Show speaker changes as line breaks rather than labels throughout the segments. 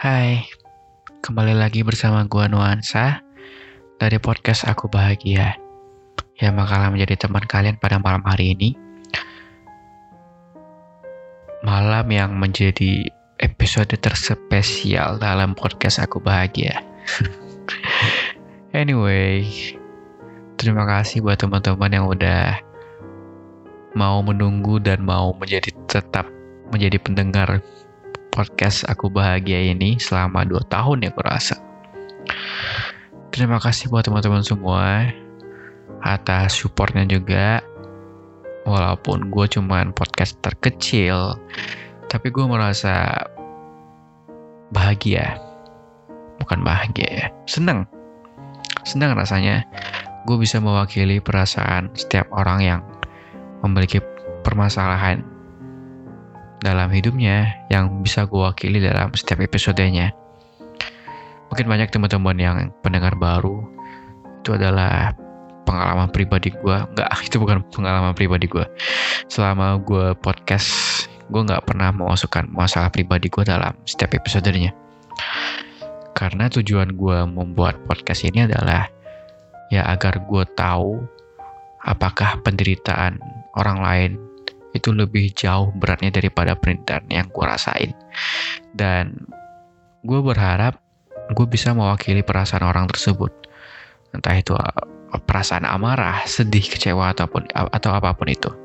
Hai, kembali lagi bersama gua Nuansa dari podcast Aku Bahagia yang bakalan menjadi teman kalian pada malam hari ini. Malam yang menjadi episode terspesial dalam podcast Aku Bahagia. Anyway, terima kasih buat teman-teman yang udah mau menunggu dan mau tetap menjadi pendengar podcast Aku Bahagia ini selama 2 tahun ya kurasa. Terima kasih buat teman-teman semua atas supportnya juga. Walaupun gue cuman podcast terkecil, tapi gue merasa bahagia. Bukan bahagia ya, senang rasanya gue bisa mewakili perasaan setiap orang yang memiliki permasalahan dalam hidupnya yang bisa gue wakili dalam setiap episodenya. Mungkin banyak teman-teman yang pendengar baru, itu adalah pengalaman pribadi gue. Enggak, itu bukan pengalaman pribadi gue. Selama gue podcast, gue gak pernah memasukkan masalah pribadi gue dalam setiap episodenya. Karena tujuan gue membuat podcast ini adalah ya agar gue tahu apakah penderitaan orang lain itu lebih jauh beratnya daripada penderitaan yang gue rasain. Dan gue berharap gue bisa mewakili perasaan orang tersebut. Entah itu perasaan amarah, sedih, kecewa, atau apapun itu.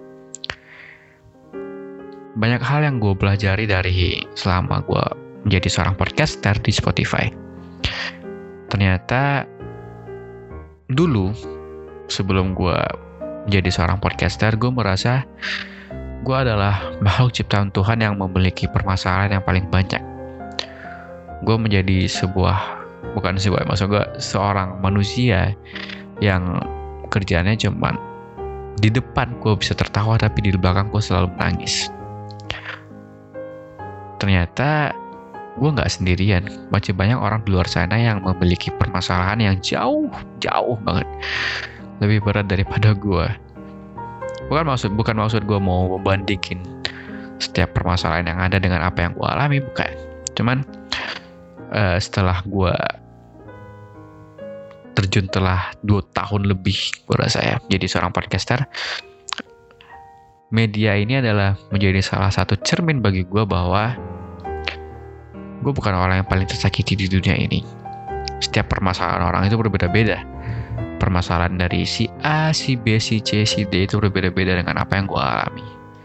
Banyak hal yang gue pelajari dari selama gue menjadi seorang podcaster di Spotify. Ternyata dulu sebelum gue menjadi seorang podcaster, gue merasa gue adalah makhluk ciptaan Tuhan yang memiliki permasalahan yang paling banyak. Gue menjadi maksud gue seorang manusia yang kerjaannya cuman di depan gue bisa tertawa, tapi di belakang gue selalu menangis. Ternyata gue gak sendirian. Masih banyak orang di luar sana yang memiliki permasalahan yang jauh banget lebih berat daripada gue. Bukan maksud gue mau membandingin setiap permasalahan yang ada dengan apa yang gue alami, bukan. Cuman setelah gue terjun telah 2 tahun lebih gue rasa ya jadi seorang podcaster, media ini adalah menjadi salah satu cermin bagi gue bahwa gue bukan orang yang paling tersakiti di dunia ini. Setiap permasalahan orang itu berbeda-beda. Permasalahan dari si A, si B, si C, si D itu berbeda-beda dengan apa yang gue alami.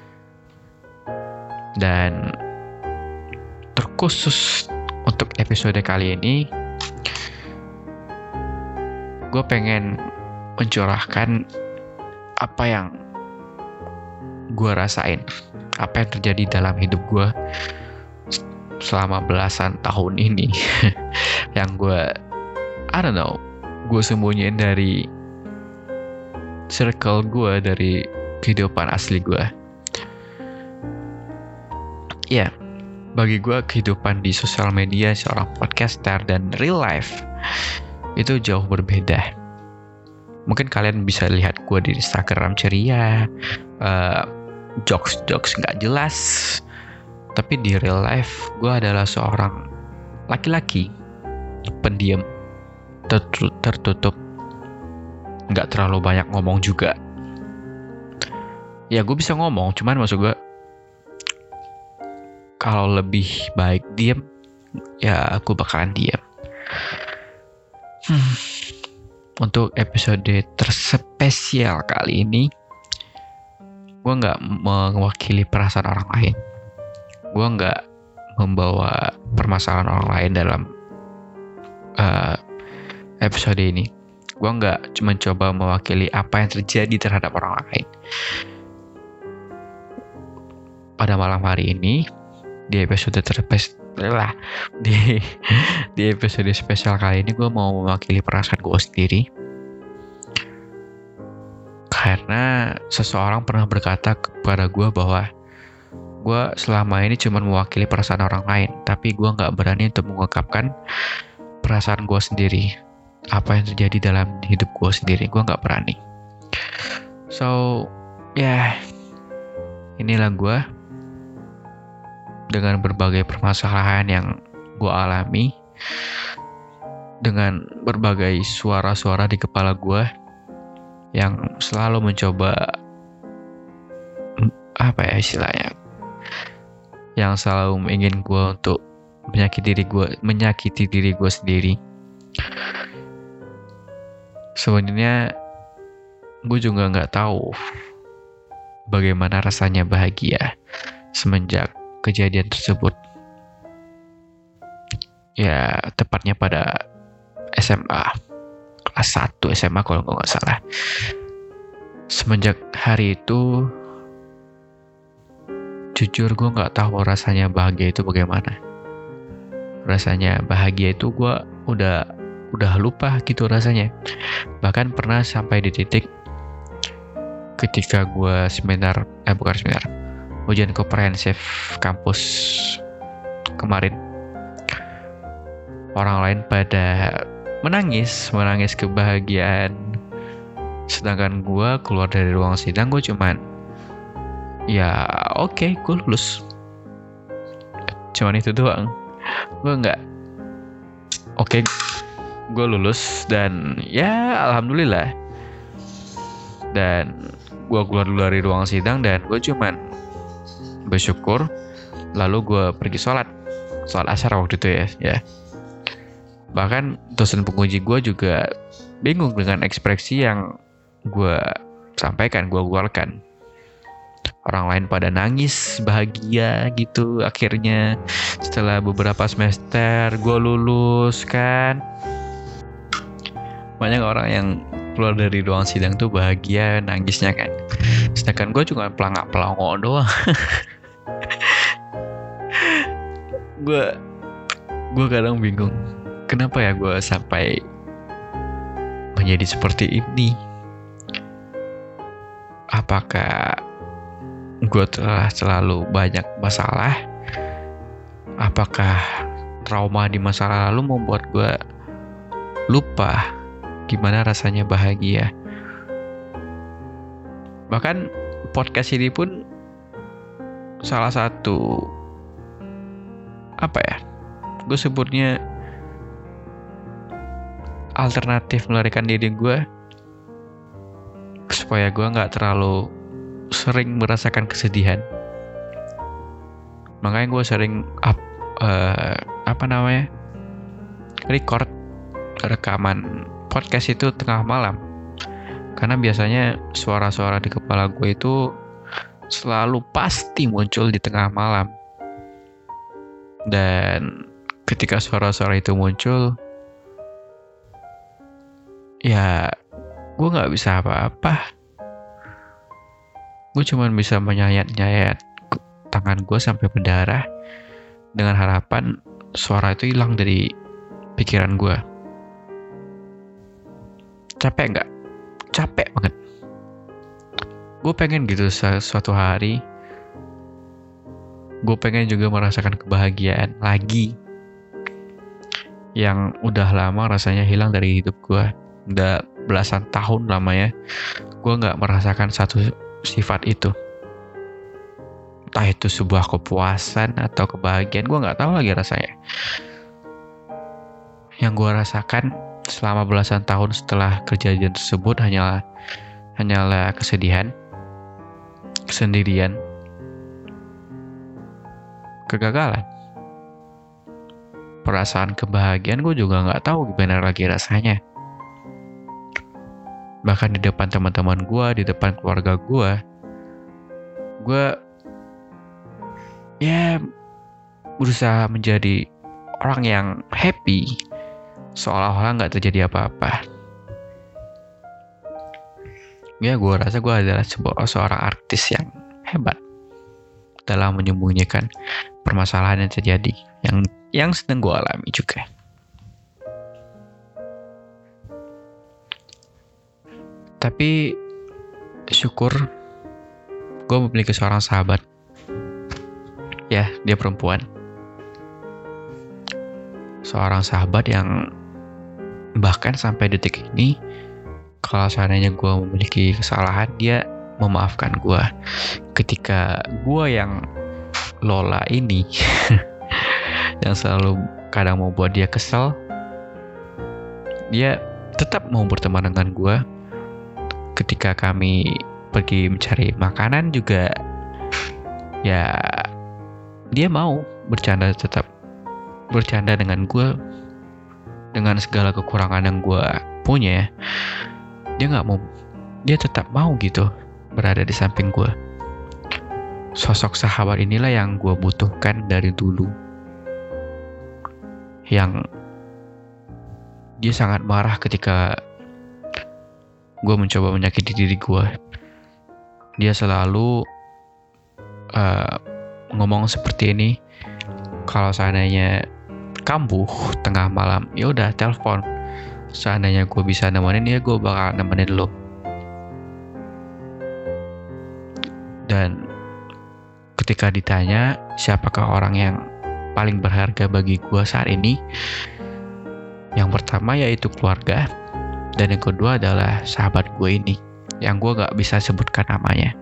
Dan terkhusus untuk episode kali ini, gue pengen mencurahkan apa yang gue rasain, apa yang terjadi dalam hidup gue selama belasan tahun ini. Yang gue sembunyiin dari circle gue, dari kehidupan asli gue. Ya, bagi gue kehidupan di sosial media seorang podcaster dan real life itu jauh berbeda. Mungkin kalian bisa lihat gue di Instagram ceria, jokes gak jelas, tapi di real life gue adalah seorang laki-laki pendiam, tertutup, gak terlalu banyak ngomong juga. Ya gue bisa ngomong, cuman maksud gue kalau lebih baik diam, ya aku bakalan diam. Untuk episode terspesial kali ini, gue gak mewakili perasaan orang lain. Gue gak membawa permasalahan orang lain dalam episode ini. Gue gak cuma coba mewakili apa yang terjadi terhadap orang lain. Pada malam hari ini, di episode di episode spesial kali ini, gue mau mewakili perasaan gue sendiri. Karena seseorang pernah berkata kepada gue bahwa gue selama ini cuma mewakili perasaan orang lain, tapi gue gak berani untuk mengungkapkan perasaan gue sendiri. Apa yang terjadi dalam hidup gue sendiri, gue gak berani. So, inilah gue dengan berbagai permasalahan yang gue alami dengan berbagai suara-suara di kepala gue yang selalu mencoba istilahnya, yang selalu ingin gue untuk menyakiti diri gue sendiri. Sebenarnya gue juga nggak tahu bagaimana rasanya bahagia semenjak kejadian tersebut. Ya, tepatnya pada SMA, kelas 1 SMA kalau nggak salah. Semenjak hari itu, jujur gue nggak tahu rasanya bahagia itu bagaimana. Rasanya bahagia itu gue udah lupa gitu rasanya. Bahkan pernah sampai di titik ketika gue ujian komprehensif kampus kemarin, orang lain pada menangis kebahagiaan, sedangkan gue keluar dari ruang sidang, gue cuman ya oke, gue lulus, cuman itu doang. Gue nggak oke, gue lulus dan ya alhamdulillah. Dan gue keluar dari ruang sidang dan gue cuman bersyukur. Lalu gue pergi sholat asar waktu itu ya. Bahkan dosen penguji gue juga bingung dengan ekspresi yang gue sampaikan, gue keluarkan. Orang lain pada nangis bahagia gitu. Akhirnya setelah beberapa semester gue lulus kan. Banyak orang yang keluar dari ruang sidang tuh bahagia nangisnya kan. Sedangkan gue cuma pelangak-pelongo doang. Gue kadang bingung, kenapa ya gue sampai menjadi seperti ini? Apakah gue telah selalu banyak masalah? Apakah trauma di masa lalu membuat gue lupa gimana rasanya bahagia? Bahkan podcast ini pun salah satu gue sebutnya alternatif melarikan diri gue, supaya gue nggak terlalu sering merasakan kesedihan. Makanya gue sering record rekaman podcast itu tengah malam, karena biasanya suara-suara di kepala gue itu selalu pasti muncul di tengah malam. Dan ketika suara-suara itu muncul, ya gue nggak bisa apa-apa. Gue cuma bisa menyayat-nyayat tangan gue sampai berdarah dengan harapan suara itu hilang dari pikiran gue. Capek nggak? Capek banget. Gue pengen gitu suatu hari, gue pengen juga merasakan kebahagiaan lagi yang udah lama rasanya hilang dari hidup gue. Udah belasan tahun lamanya gue gak merasakan satu sifat itu. Entah itu sebuah kepuasan atau kebahagiaan, gue gak tahu lagi rasanya. Yang gue rasakan selama belasan tahun setelah kejadian tersebut hanyalah kesedihan, kesendirian, kegagalan. Perasaan kebahagiaan gue juga gak tahu gimana lagi rasanya. Bahkan di depan teman-teman gue, di depan keluarga gue ya berusaha menjadi orang yang happy, seolah-olah gak terjadi apa-apa. Ya gue rasa gue adalah seorang artis yang hebat dalam menyembunyikan permasalahan yang terjadi, yang sedang gue alami juga. Tapi syukur gue memiliki seorang sahabat. Ya, dia perempuan. Seorang sahabat yang bahkan sampai detik ini, kalau seandainya gue memiliki kesalahan, dia memaafkan gue. Ketika gue yang Lola ini yang selalu kadang mau buat dia kesel, dia tetap mau berteman dengan gue. Ketika kami pergi mencari makanan juga, ya dia mau tetap bercanda dengan gue, dengan segala kekurangan yang gue punya. Dia tetap mau gitu berada di samping gue. Sosok sahabat inilah yang gue butuhkan dari dulu. Yang dia sangat marah ketika gue mencoba menyakiti diri gue. Dia selalu ngomong seperti ini, kalau seandainya kambuh tengah malam, ya udah telepon. Seandainya gue bisa nemenin, ya gue bakal nemenin lo. Dan ketika ditanya siapakah orang yang paling berharga bagi gue saat ini, yang pertama yaitu keluarga, dan yang kedua adalah sahabat gue ini, yang gue gak bisa sebutkan namanya.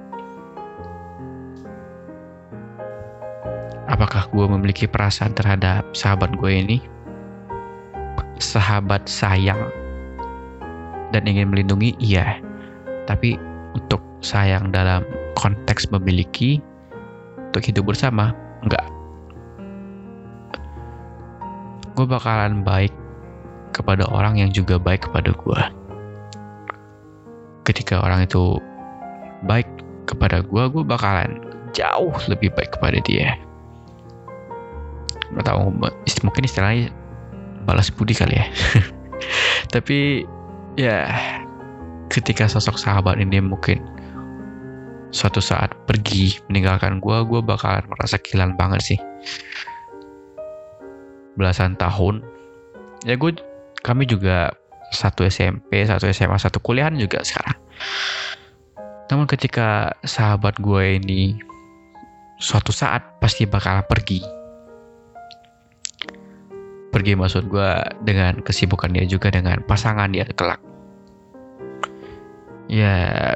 Apakah gue memiliki perasaan terhadap sahabat gue ini? Sahabat sayang dan ingin melindungi, iya. Tapi untuk sayang dalam konteks memiliki, untuk hidup bersama, enggak. Gue bakalan baik kepada orang yang juga baik kepada gue. Ketika orang itu baik kepada gue bakalan jauh lebih baik kepada dia. Gak tahu, mungkin istilahnya balas budi kali ya. Tapi ya, ketika sosok sahabat ini mungkin suatu saat pergi meninggalkan gue bakalan merasa kehilangan banget sih. Belasan tahun ya, kami juga satu SMP, satu SMA, satu kuliahan juga sekarang. Namun ketika sahabat gue ini suatu saat pasti bakalan pergi maksud gue dengan kesibukan dia juga, dengan pasangan dia kelak. Ya,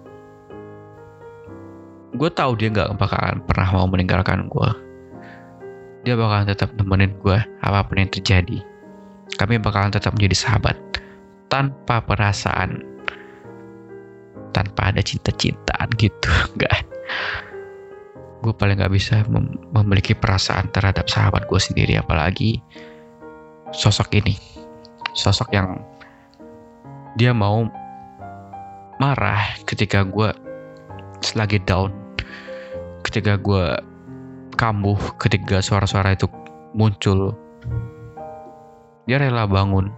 gue tahu dia gak bakalan pernah mau meninggalkan gue. Dia bakalan tetap nemenin gue apapun yang terjadi. Kami bakalan tetap menjadi sahabat tanpa perasaan, tanpa ada cinta-cintaan gitu. Enggak. Gue paling gak bisa memiliki perasaan terhadap sahabat gue sendiri, apalagi sosok ini. Sosok yang dia mau marah ketika gue selagi down, ketika gue kambuh, ketika suara-suara itu muncul. Dia rela bangun.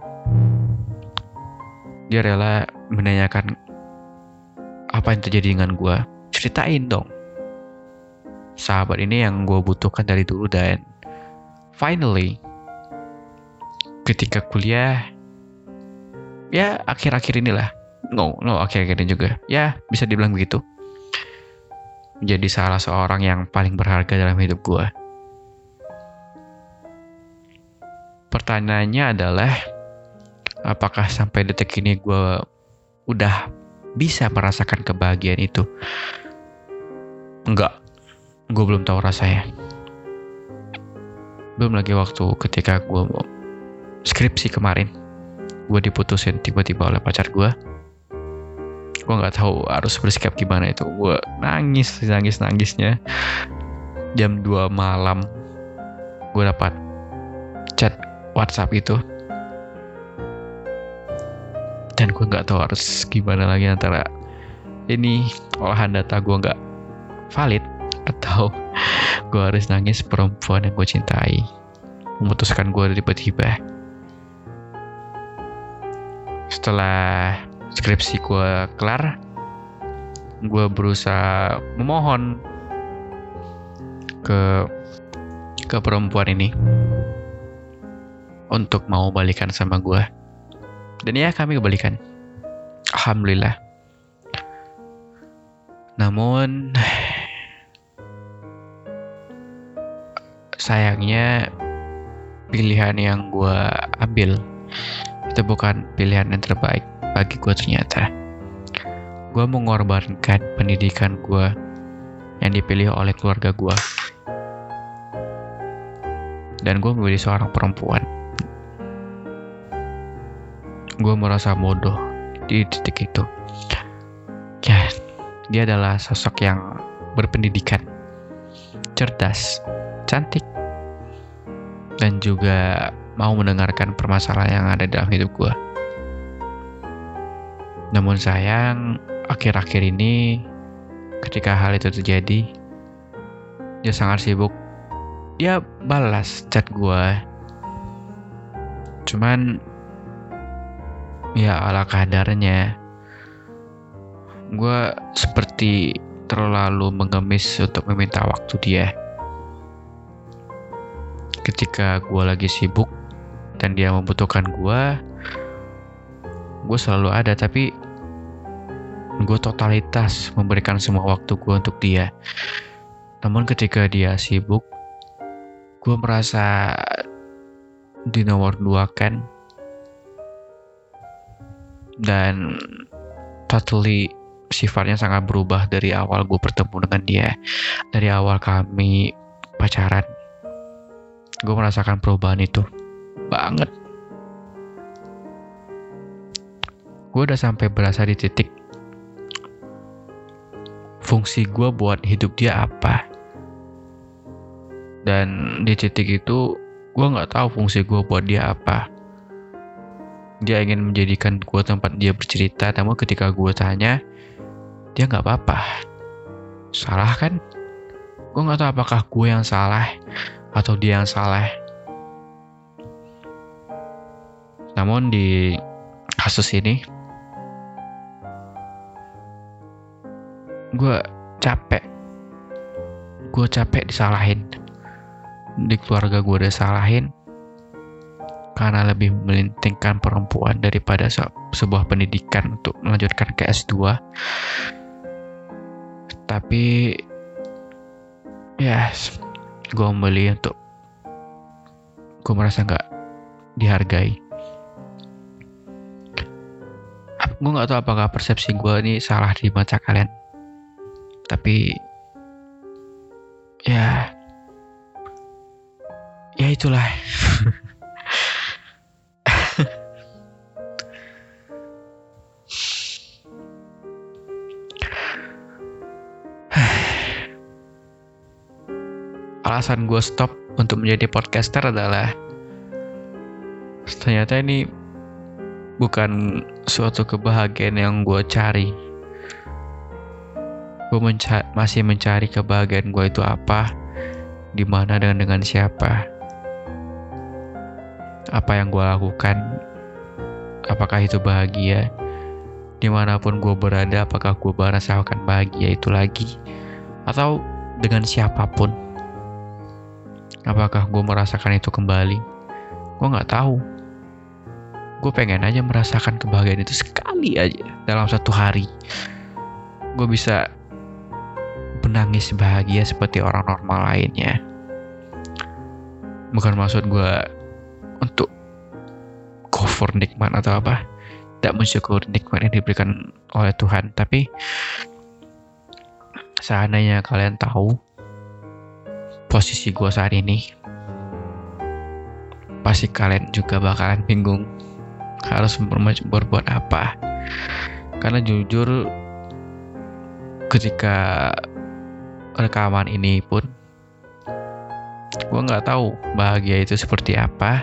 Dia rela menanyakan apa yang terjadi dengan gue. Ceritain dong. Sahabat ini yang gue butuhkan dari dulu, dan finally ketika kuliah, ya akhir-akhir inilah, akhir-akhir ini juga, ya bisa dibilang begitu, menjadi salah seorang yang paling berharga dalam hidup gue. Pertanyaannya adalah, apakah sampai detik ini gue udah bisa merasakan kebahagiaan itu? Enggak, gue belum tahu rasanya. Belum lagi waktu ketika gue mau skripsi kemarin, gue diputusin tiba-tiba oleh pacar gue. Gue nggak tahu harus bersikap gimana itu. Gue nangisnya. Jam 2 malam gue dapat chat WhatsApp itu, dan gue nggak tahu harus gimana lagi, antara ini olahan data gue nggak valid atau gue harus nangis perempuan yang gue cintai memutuskan gue tiba-tiba. Setelah skripsi gue kelar, gue berusaha memohon ke perempuan ini untuk mau balikan sama gue. Dan ya, kami kebalikan, alhamdulillah. Namun sayangnya pilihan yang gue ambil itu bukan pilihan yang terbaik bagi gue ternyata. Gue mengorbankan pendidikan gue yang dipilih oleh keluarga gue dan gue memilih seorang perempuan. Gue merasa bodoh di titik itu. Ya, dia adalah sosok yang berpendidikan, cerdas, cantik, dan juga mau mendengarkan permasalahan yang ada dalam hidup gue. Namun sayang, akhir-akhir ini ketika hal itu terjadi, dia sangat sibuk. Dia balas chat gue, cuman ya ala kadarnya gue seperti terlalu mengemis untuk meminta waktu dia. Ketika gue lagi sibuk dan dia membutuhkan gue selalu ada, tapi gue totalitas memberikan semua waktu gue untuk dia. Namun ketika dia sibuk, gue merasa di nomor 2 kan, dan totally sifatnya sangat berubah dari awal gue bertemu dengan dia. Dari awal kami pacaran, gue merasakan perubahan itu banget. Gue udah sampai berasa di titik fungsi gue buat hidup dia apa. Dan di titik itu gue gak tahu fungsi gue buat dia apa. Dia ingin menjadikan gue tempat dia bercerita, namun ketika gue tanya, dia gak apa-apa. Salah kan? Gue gak tahu apakah gue yang salah atau dia yang salah. Namun di kasus ini, gue capek disalahin. Di keluarga gue udah salahin karena lebih mementingkan perempuan daripada sebuah pendidikan untuk melanjutkan ke S2. Tapi ya gue memilih untuk, gue merasa gak dihargai. Gue gak tahu apakah persepsi gue ini salah di mata kalian, tapi ya itulah. Alasan gue stop untuk menjadi podcaster adalah ternyata ini bukan suatu kebahagiaan yang gue cari. Gue masih mencari kebahagiaan gue itu apa, di mana dan dengan siapa, apa yang gue lakukan, apakah itu bahagia, dimanapun gue berada, apakah gue merasakan bahagia itu lagi, atau dengan siapapun, apakah gue merasakan itu kembali. Gue nggak tahu. Gue pengen aja merasakan kebahagiaan itu sekali aja dalam satu hari. Gue bisa menangis bahagia seperti orang normal lainnya. Bukan maksud gue untuk cover nikmat atau apa, tidak mensyukuri nikmat yang diberikan oleh Tuhan. Tapi seandainya kalian tahu posisi gue saat ini, pasti kalian juga bakalan bingung harus berbuat apa. Karena jujur, ketika rekaman ini pun gue nggak tahu bahagia itu seperti apa,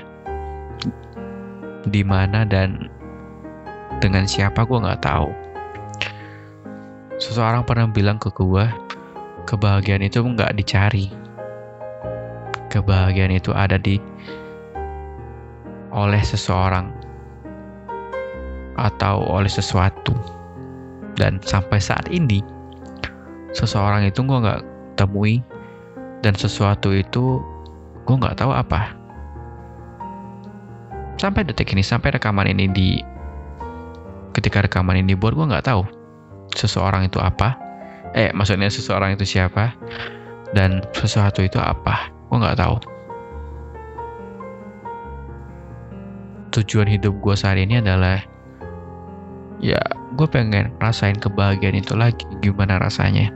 di mana dan dengan siapa, gue nggak tahu. Seseorang pernah bilang ke gue, kebahagiaan itu nggak dicari, kebahagiaan itu ada oleh seseorang atau oleh sesuatu. Dan sampai saat ini seseorang itu gue nggak temui, dan sesuatu itu gue nggak tahu apa. Sampai detik ini, sampai rekaman ini ketika rekaman ini dibuat, gue nggak tahu seseorang itu apa. Maksudnya seseorang itu siapa dan sesuatu itu apa. Gue nggak tahu. Tujuan hidup gue saat ini adalah, ya gue pengen rasain kebahagiaan itu lagi, gimana rasanya.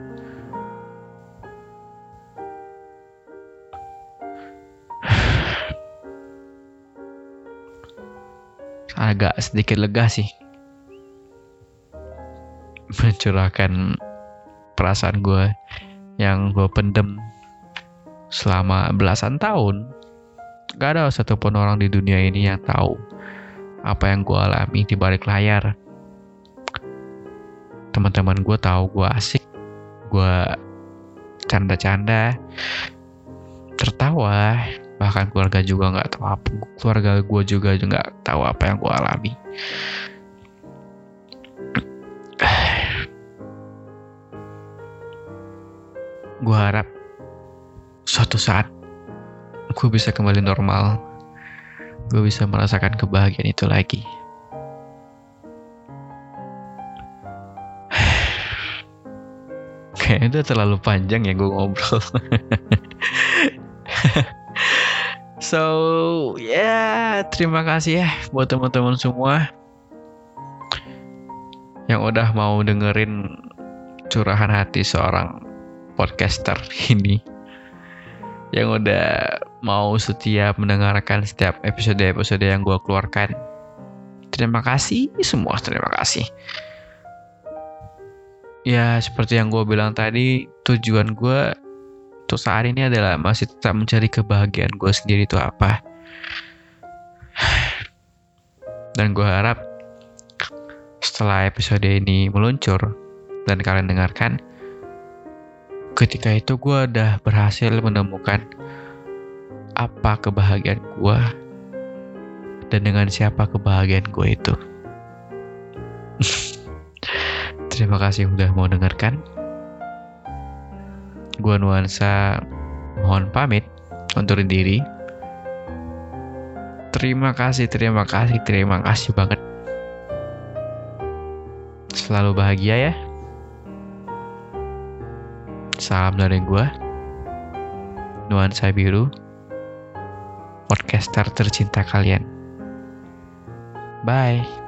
agak sedikit lega sih mencurahkan perasaan gue yang gue pendem selama belasan tahun. Gak ada satupun orang di dunia ini yang tahu apa yang gue alami di balik layar. Teman-teman gue tahu gue asik, gue canda-canda, tertawa. Bahkan keluarga juga nggak tahu apa. Keluarga gue juga nggak tahu apa yang gue alami. Gue harap suatu saat gue bisa kembali normal. Gue bisa merasakan kebahagiaan itu lagi. Kayaknya udah terlalu panjang ya gue ngobrol. So, terima kasih ya buat teman-teman semua yang udah mau dengerin curahan hati seorang podcaster ini, yang udah mau setia mendengarkan setiap episode-episode yang gue keluarkan. Terima kasih semua, terima kasih. Ya, seperti yang gue bilang tadi, tujuan gue untuk saat ini adalah masih tetap mencari kebahagiaan gue sendiri itu apa. Dan gue harap setelah episode ini meluncur dan kalian dengarkan, ketika itu gue udah berhasil menemukan apa kebahagiaan gue dan dengan siapa kebahagiaan gue itu. Terima kasih udah mau dengarkan. Gua Nuansa mohon pamit undur diri. Terima kasih banget. Selalu bahagia ya. Salam dari gua, Nuansa Biru, podcaster tercinta kalian. Bye.